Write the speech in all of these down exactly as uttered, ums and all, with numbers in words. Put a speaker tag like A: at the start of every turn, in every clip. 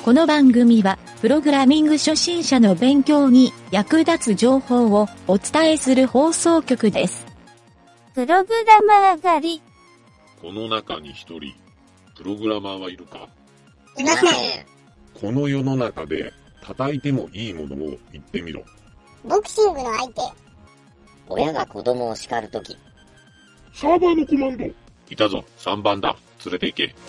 A: この番組は、プログラミング初心者の勉強に役立つ情報をお伝えする放送局です。
B: プログラマー狩り。
C: この中に一人、プログラマーはいるか？
D: いません。
C: この世の中で叩いてもいいものを言ってみろ。
D: ボクシングの相手。
E: 親が子供を叱るとき。
C: サーバーのコマンド。いたぞ、さんばんだ。連れて行け。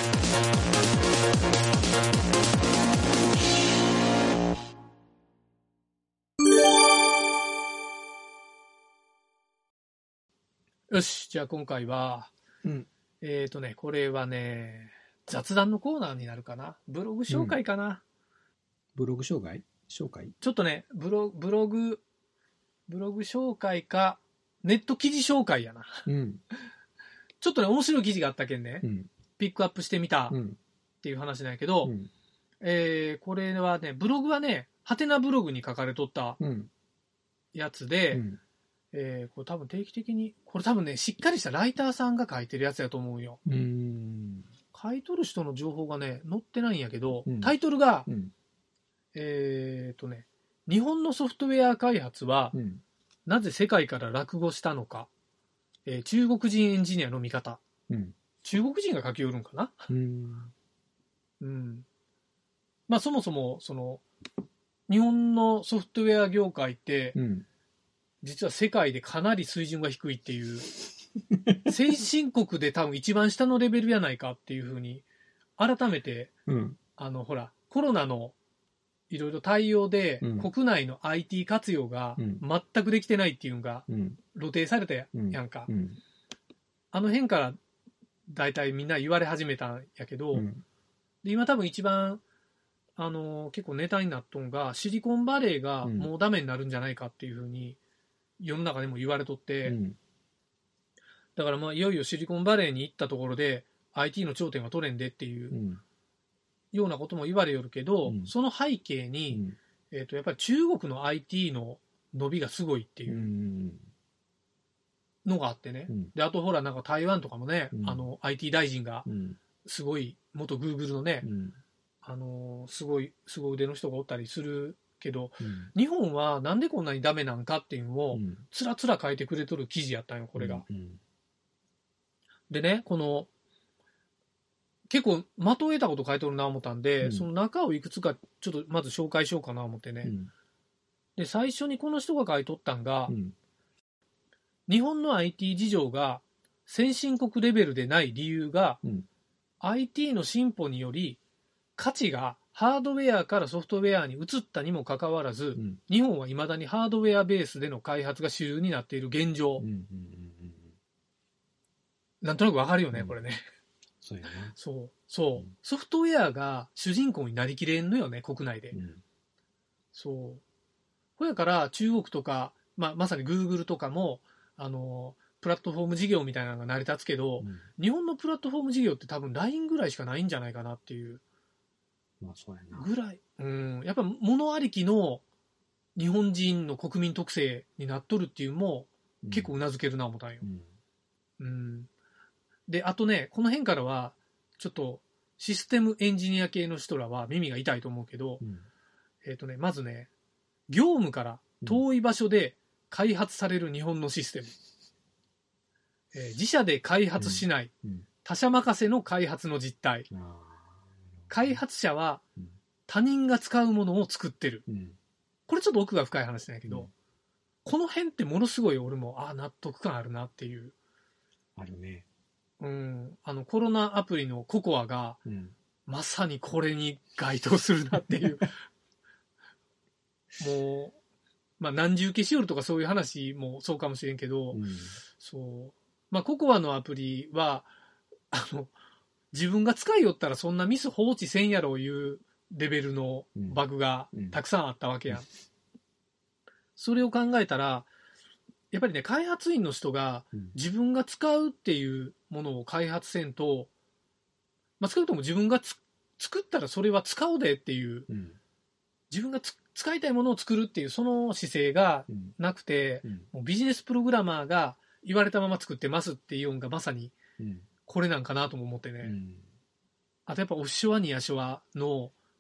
F: よし、じゃあ今回は、うん、えっ、ー、とね、これはね、雑談のコーナーになるかな。ブログ紹介かな。うん、
G: ブログ紹介紹介
F: ちょっとね、ブロ、ブログ、ブログ紹介か、ネット記事紹介やな。うん、ちょっとね、面白い記事があったけんね、うん、ピックアップしてみたっていう話なんやけど、うん、えー、これはね、ブログはね、ハテナブログに書かれとったやつで、うんうんえー、これ多分定期的に、これ多分ね、しっかりしたライターさんが書いてるやつやと思うよ。うーん書いとる人の情報がね、載ってないんやけど、うん、タイトルが、うん、えーとね、日本のソフトウェア開発は、うん、なぜ世界から落後したのか、えー、中国人エンジニアの見方。うん、中国人が書き寄るんかなうーん、うん。まあそもそも、その、日本のソフトウェア業界って、うん実は世界でかなり水準が低いっていう先進国で多分一番下のレベルやないかっていうふうに改めて、うん、あのほらコロナのいろいろ対応で、うん、国内の アイティー 活用が全くできてないっていうのが露呈されたやんか、うんうん、あの辺からだいたいみんな言われ始めたんやけど、うん、で今多分一番あの結構ネタになっとんがシリコンバレーがもうダメになるんじゃないかっていうふうに世の中でも言われとって、うん、だからまあいよいよシリコンバレーに行ったところで アイティー の頂点は取れんでっていうようなことも言われよるけど、うん、その背景に、うんえー、とやっぱり中国の アイティー の伸びがすごいっていうのがあってね、うん、であとほらなんか台湾とかもね、うん、あの アイティー 大臣がすごい元 Google のね、うん、あのすごいすごい腕の人がおったりするけど、うん、日本はなんでこんなにダメなんかっていうのをつらつら書いてくれとる記事やったんよこれが、うんうん、でねこの結構的を得たこと書いとるな思ったんで、うん、その中をいくつかちょっとまず紹介しようかな思ってね、うん、で最初にこの人が書いとったんが、うん、日本の アイティー 事情が先進国レベルでない理由が、うん、アイティー の進歩により価値がハードウェアからソフトウェアに移ったにもかかわらず、うん、日本はいまだにハードウェアベースでの開発が主流になっている現状、うんうんうんうん、なんとなくわかるよね、うん、これね
G: そうやな
F: そうそう、うん、ソフトウェアが主人公になりきれんのよね国内で、うん、そうほやから中国とか、まあ、まさに Google とかもあのプラットフォーム事業みたいなのが成り立つけど、うん、日本のプラットフォーム事業って多分 ライン ぐらいしかないんじゃないかなっていう
G: まあそうやな
F: ぐらい、うん、やっぱ物ありきの日本人の国民特性になっとるっていうのも結構うなずけるな思ったんよ、うんうん、であとねこの辺からはちょっとシステムエンジニア系の人らは耳が痛いと思うけど、うん、えっとねまずね業務から遠い場所で開発される日本のシステム、えー、自社で開発しない、うんうん、他社任せの開発の実態、開発者は他人が使うものを作ってる、うん、これちょっと奥が深い話なんやけど、うん、この辺ってものすごい俺もあ納得感あるなっていう
G: あるね、
F: うん、あのコロナアプリのココアが、うん、まさにこれに該当するなっていうもう、まあ、何重消しよるとかそういう話もそうかもしれんけど、うん、そうまあココアのアプリはあの自分が使いよったらそんなミス放置せんやろいうレベルのバグがたくさんあったわけやん、うんうん、それを考えたらやっぱりね開発員の人が自分が使うっていうものを開発せんと、まあ、少なくとも自分がつ作ったらそれは使おうでっていう、うん、自分がつ使いたいものを作るっていうその姿勢がなくて、うんうん、もうビジネスプログラマーが言われたまま作ってますっていうのがまさにこれなんかなとも思ってね、うん、あとやっぱオフショアニアショアの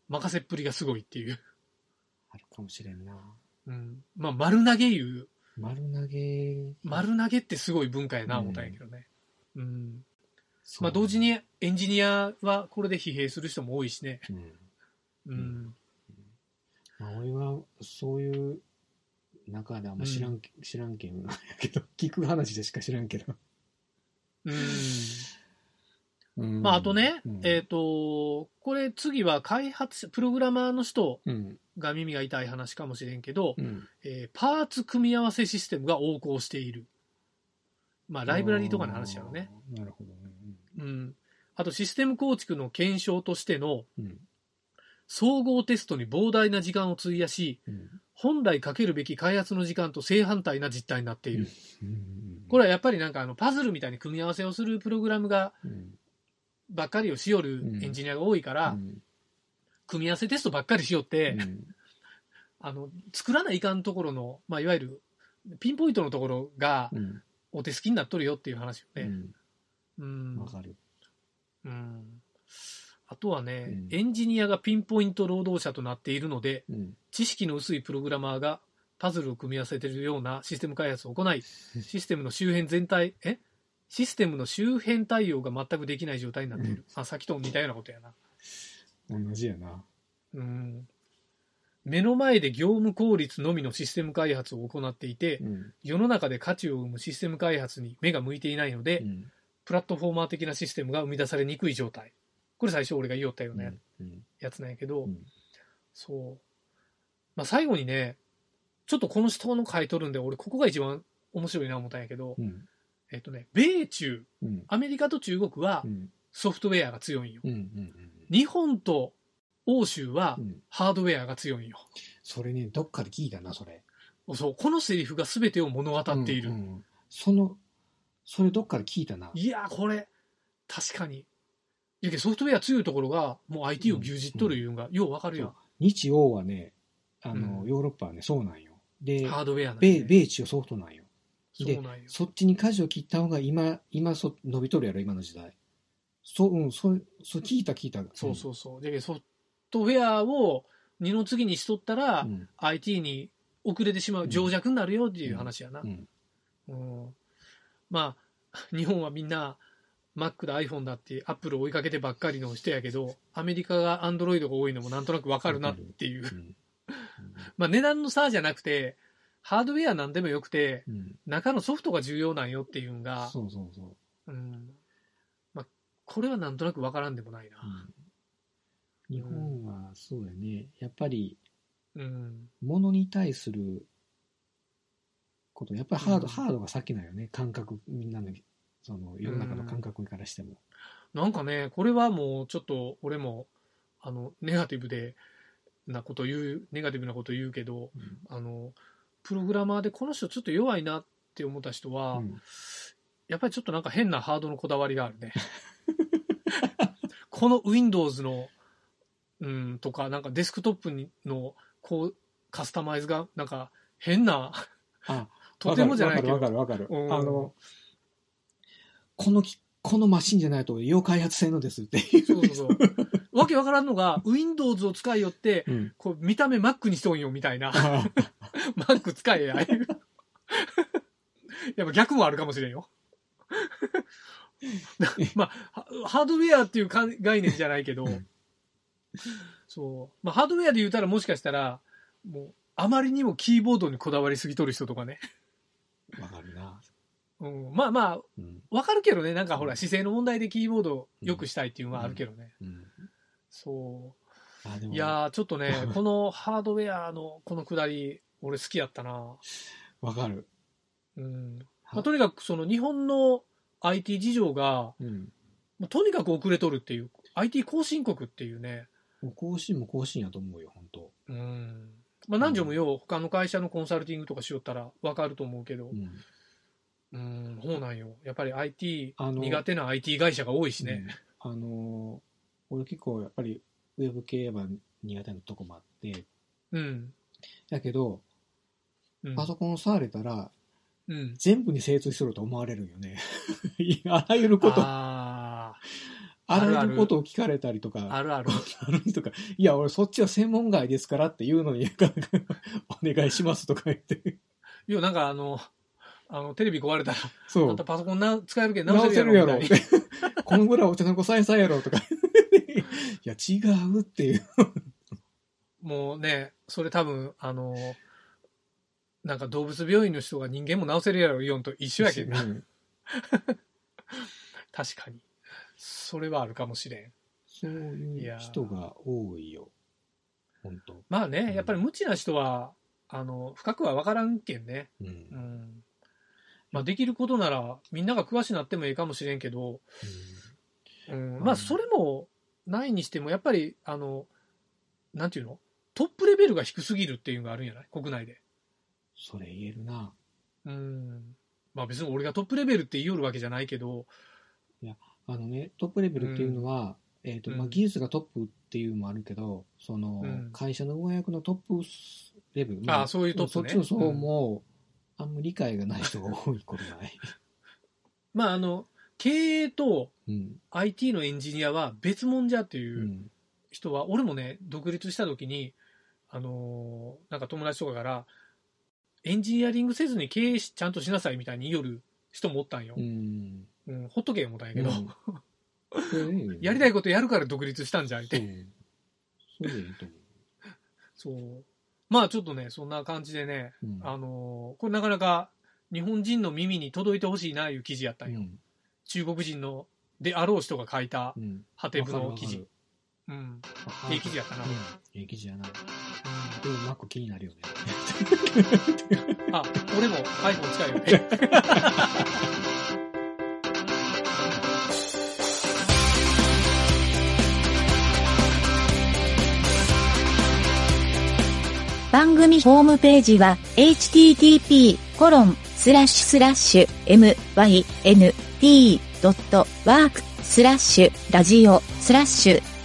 F: 任せっぷりがすごいっていう。
G: あるかもしれんな。
F: うん。まあ、丸投げいう。
G: 丸投げ。
F: 丸投げってすごい文化やな、思ったんやけどね。うん。うん、まあ、同時にエンジニアはこれで疲弊する人も多いしね。うん。うん。うん、
G: まあ、俺はそういう中であんま知らん、うん、知らんけんやけど、聞く話でしか知らんけど。
F: うん。うん、まあ、あとね、うん、えっ、ー、と、これ次は開発者、プログラマーの人が耳が痛い話かもしれんけど、うんえー、パーツ組み合わせシステムが横行している。まあ、ライブラリーとかの話やろね。
G: なるほどね。
F: うん。あと、システム構築の検証としての、総合テストに膨大な時間を費やし、うん、本来かけるべき開発の時間と正反対な実態になっている。うん、これはやっぱりなんかあのパズルみたいに組み合わせをするプログラムが、うんばっかりをしよるエンジニアが多いから、うん、組み合わせテストばっかりしよって、うん、あの作らないかんところの、まあ、いわゆるピンポイントのところが、うん、お手すきになっとるよっていう話よね。うん。わ、
G: うん、かる。
F: うん。あとはね、うん、エンジニアがピンポイント労働者となっているので、うん、知識の薄いプログラマーがパズルを組み合わせているようなシステム開発を行い、システムの周辺全体、えシステムの周辺対応が全くできない状態になっている。うん、あ、さっきと似たようなことやな。
G: 同じやな。
F: うん。目の前で業務効率のみのシステム開発を行っていて、うん、世の中で価値を生むシステム開発に目が向いていないので、うん、プラットフォーマー的なシステムが生み出されにくい状態。これ最初俺が言おったようなや,、うん、やつなんやけど、うん、そう。まあ最後にね、ちょっとこの人の書いとるんで、俺ここが一番面白いな思ったんやけど、うんえっとね、米中、うん、アメリカと中国はソフトウェアが強いんよ。うんうんうんうん、日本と欧州はハードウェアが強いんよ。
G: それね、どっかで聞いたな、それ。
F: そう、このセリフが全てを物語っている。うんうん、
G: その、それどっかで聞いたな。
F: いや、これ、確かに。いやけどソフトウェア強いところが、もう アイティー を牛耳っとるいうんが、ようわかるやん。
G: 日欧はね、あの、うん、ヨーロッパはね、そうなんよ。で、
F: ハードウェアなん、
G: ね、米、米中ソフトなんよ。で
F: そうなんよ
G: そっちに舵を切った方が今、今そ伸びとるやろ、今の時代。そう、うん、そう、そう聞いた聞いた。
F: そうそうそう。で、ソフトウェアを二の次にしとったら、うん、アイティー に遅れてしまう、情弱になるよっていう話やな。うんうんうん、まあ、日本はみんな、Mac だ iPhone だって Apple を追いかけてばっかりの人やけど、アメリカが Android が多いのもなんとなくわかるなっていう。うんうん、まあ値段の差じゃなくて、ハードウェアなんでもよくて、うん、中のソフトが重要なんよっていうのが、
G: そうそうそう。
F: うん。まあ、これはなんとなくわからんでもないな。
G: うん、日本はそうやね。やっぱり、
F: うん。
G: 物に対すること、やっぱりハード、うん、ハードが先なんよね。感覚、みんなの、その、世の中の感覚からしても。
F: うん、なんかね、これはもうちょっと、俺も、あの、ネガティブで、なこと言う、ネガティブなこと言うけど、うん、あの、プログラマーでこの人ちょっと弱いなって思った人は、うん、やっぱりちょっとなんか変なハードのこだわりがあるね。この Windows の、うん、とか、なんかデスクトップにのこうカスタマイズがなんか変な、
G: あ
F: とてもじゃないけど。
G: わかるわかるわかる。あの、この、このマシンじゃないと要開発性のですっていう。
F: そうそうそう。わけわからんのが、Windows を使いよって、うん、こう見た目 Mac にしとんよみたいな。Mac 使えや。やっぱ逆もあるかもしれんよ。まあ、ハードウェアっていう概念じゃないけど、そう。まあ、ハードウェアで言うたらもしかしたら、もう、あまりにもキーボードにこだわりすぎとる人とかね。
G: わかるな。
F: うん、まあまあ、わ、うん、かるけどね、なんかほら、姿勢の問題でキーボードを良くしたいっていうのはあるけどね。うんうん、そう。あでもいやー、ちょっとね、このハードウェアのこのくだり、俺好きやったな。
G: わかる。
F: うん。まあ、とにかくその日本の アイティー 事情が、うん、まあ、とにかく遅れとるっていう、アイティー 後進国っていうね。
G: もう更新も更新やと思うよ、本当。
F: うん。まあ何時もよ、うん、他の会社のコンサルティングとかしよったらわかると思うけど、うん、うんそうなんよ。やっぱり アイティー 苦手な アイティー 会社が多いしね。
G: うん、あの俺結構やっぱりウェブ系は苦手なとこもあって、
F: うん。
G: だけど、うん、パソコン触れたら、うん、全部に精通しとると思われるよね。あらゆること。
F: ああ。
G: あらゆることを聞かれたりとか。
F: あるある。
G: あるとか、いや、俺そっちは専門外ですからって言うのに、お願いしますとか言って。
F: いや、なんかあの、あの、テレビ壊れたら、
G: そう。
F: あんたパソコンな使えるけど
G: 直せるやろ。直せるやろって。このぐらいお茶の子さえさえやろとか。いや、違うっていう。
F: もうね、それ多分、あの、なんか動物病院の人が人間も治せるやろ言うんと一緒やけどな。うん、確かに。それはあるかもしれん。
G: そういう人が多いよ。本当。
F: まあね、うん、やっぱり無知な人は、あの、深くは分からんけんね。
G: うん。うん、
F: まあできることなら、みんなが詳しになってもいいかもしれんけど、うん。うん、まあそれもないにしても、やっぱり、あの、なんていうの？トップレベルが低すぎるっていうのがあるんじゃない？国内で。
G: それ言えるな。
F: うん。まあ別に俺がトップレベルって言いよるわけじゃないけど。
G: いや、あのね、トップレベルっていうのは、うん、えっと、まあ技術がトップっていうのもあるけど、その、うん、会社の上役のトップレベル。
F: まあ、ああ、そういうトップね。
G: そっちの層も、うん、あんまり理解がない人が多いことない。
F: まああの、経営と アイティー のエンジニアは別物じゃっていう人は、うん、俺もね、独立した時に、あのー、なんか友達とかから、エンジニアリングせずに経営ちゃんとしなさいみたいに言いよる人もおったんよ。うんうん、ほっとけよ思ったんやけど、うん、やりたいことやるから独立したんじゃんって。うん、
G: それでいいと思う。
F: そう。まあちょっとね、そんな感じでね、うん、あのー、これなかなか日本人の耳に届いてほしいないう記事やったんよ。うん、中国人のであろう人が書いたハテブの記事。うん。ええ記事やったな。
G: ええ記事やな。でもマック気になるよね。
F: あ、俺も iPhone 使うよね。
A: 番組ホームページは エイチティーティーピーコロンスラッシュスラッシュエムワイエヌティードットワークスラッシュラジオスラッシュ